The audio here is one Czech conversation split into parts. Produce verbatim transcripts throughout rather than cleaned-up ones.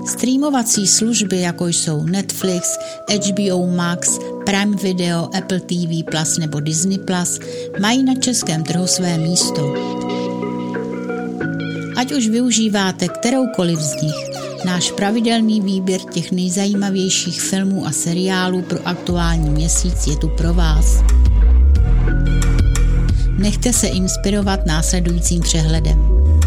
Streamovací služby, jako jsou Netflix, H B O Max, Prime Video, Apple T V Plus nebo Disney Plus, mají na českém trhu své místo. Ať už využíváte kteroukoliv z nich, náš pravidelný výběr těch nejzajímavějších filmů a seriálů pro aktuální měsíc je tu pro vás. Nechte se inspirovat následujícím přehledem.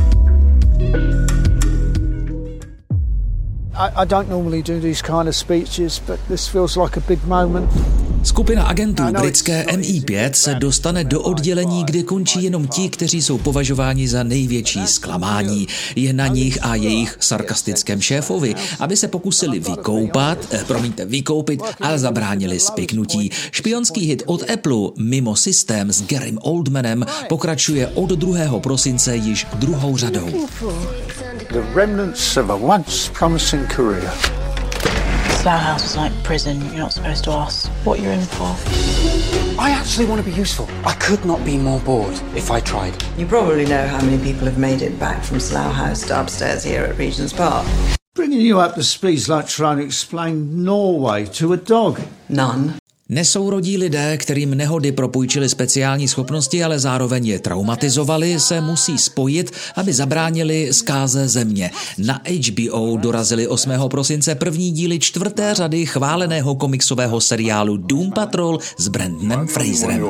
I, I don't normally do these kind of speeches, but this feels like a big moment. Skupina agentů britské M I pět se dostane do oddělení, kde končí jenom ti, kteří jsou považováni za největší zklamání. Je na nich a jejich sarkastickém šéfovi, aby se pokusili vykoupat, eh, promiňte, vykoupit a zabránili spiknutí. Špionský hit od Apple Mimo systém s Garym Oldmanem pokračuje od druhého prosince již druhou řadou. The remnants of a once promising career. Slough House is like prison. You're not supposed to ask what you're in for. I actually want to be useful. I could not be more bored if I tried. You probably know how many people have made it back from Slough House to upstairs here at Regent's Park. Bringing you up to speed is like trying to explain Norway to a dog. None. Nesourodí lidé, kterým nehody propůjčily speciální schopnosti, ale zároveň je traumatizovali, se musí spojit, aby zabránili zkáze země. Na H B O dorazili osmého prosince první díly čtvrté řady chváleného komiksového seriálu Doom Patrol s Brendanem Fraserem.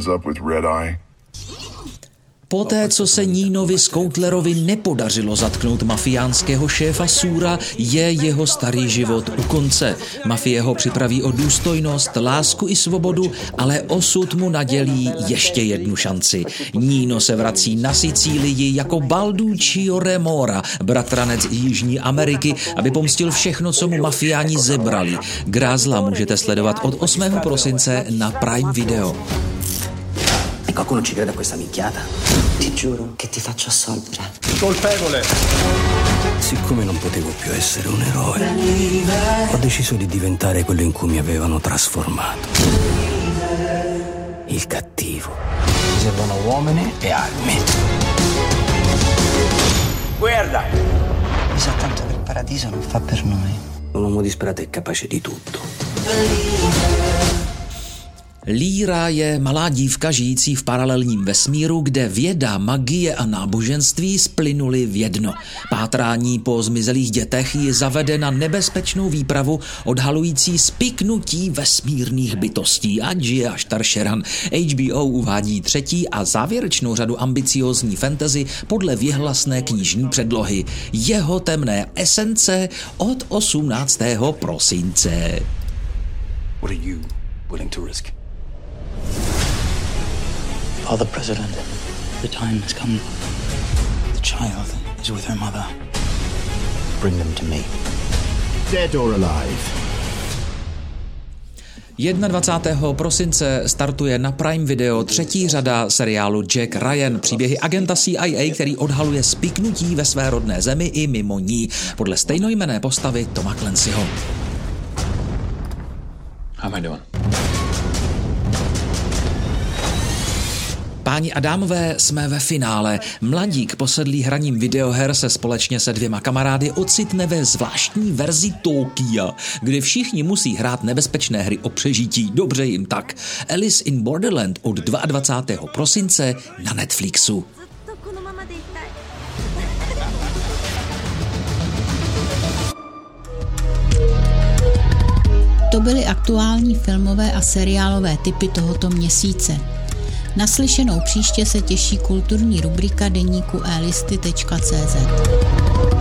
Poté, co se Nínovi Skoutlerovi nepodařilo zatknout mafiánského šéfa Sura, je jeho starý život u konce. Mafie ho připraví o důstojnost, lásku i svobodu, ale osud mu nadělí ještě jednu šanci. Níno se vrací na Sicílii jako Balduccio Remora, bratranec Jižní Ameriky, aby pomstil všechno, co mu mafiáni zebrali. Grázla můžete sledovat od osmého prosince na Prime Video. Qualcuno ci crede a questa minchiata? Ti giuro che ti faccio assolvere. Colpevole. Siccome non potevo più essere un eroe, ho deciso di diventare quello in cui mi avevano trasformato. Il cattivo. Mi servono uomini e armi. Guarda! Mi sa tanto che il paradiso non fa per noi. Un uomo disperato è capace di tutto. Líra je malá dívka žijící v paralelním vesmíru, kde věda, magie a náboženství splynuly v jedno. Pátrání po zmizelých dětech ji zavede na nebezpečnou výpravu odhalující spiknutí vesmírných bytostí, ať žije až Tarsheran. H B O uvádí třetí a závěrečnou řadu ambiciózní fantasy podle věhlasné knižní předlohy. Jeho temné esence od osmnáctého prosince. What are you willing to risk? Father President, the time has come. The child is with her mother. Bring them to me. Dead or alive. dvacátého prvního prosince startuje na Prime Video třetí řada seriálu Jack Ryan, příběhy agenta C I A, který odhaluje spiknutí ve své rodné zemi i mimo ní, podle stejnojmenné postavy Toma Clancyho. How am I doing? Páni a dámové, jsme ve finále. Mladík posedlý hraním videoher se společně se dvěma kamarády ocitne ve zvláštní verzi Tokia, kde všichni musí hrát nebezpečné hry o přežití. Dobře jim tak. Alice in Borderland od dvacátého druhého prosince na Netflixu. To byly aktuální filmové a seriálové tipy tohoto měsíce. Naslyšenou příště se těší kulturní rubrika deníku e listy tečka cé zet.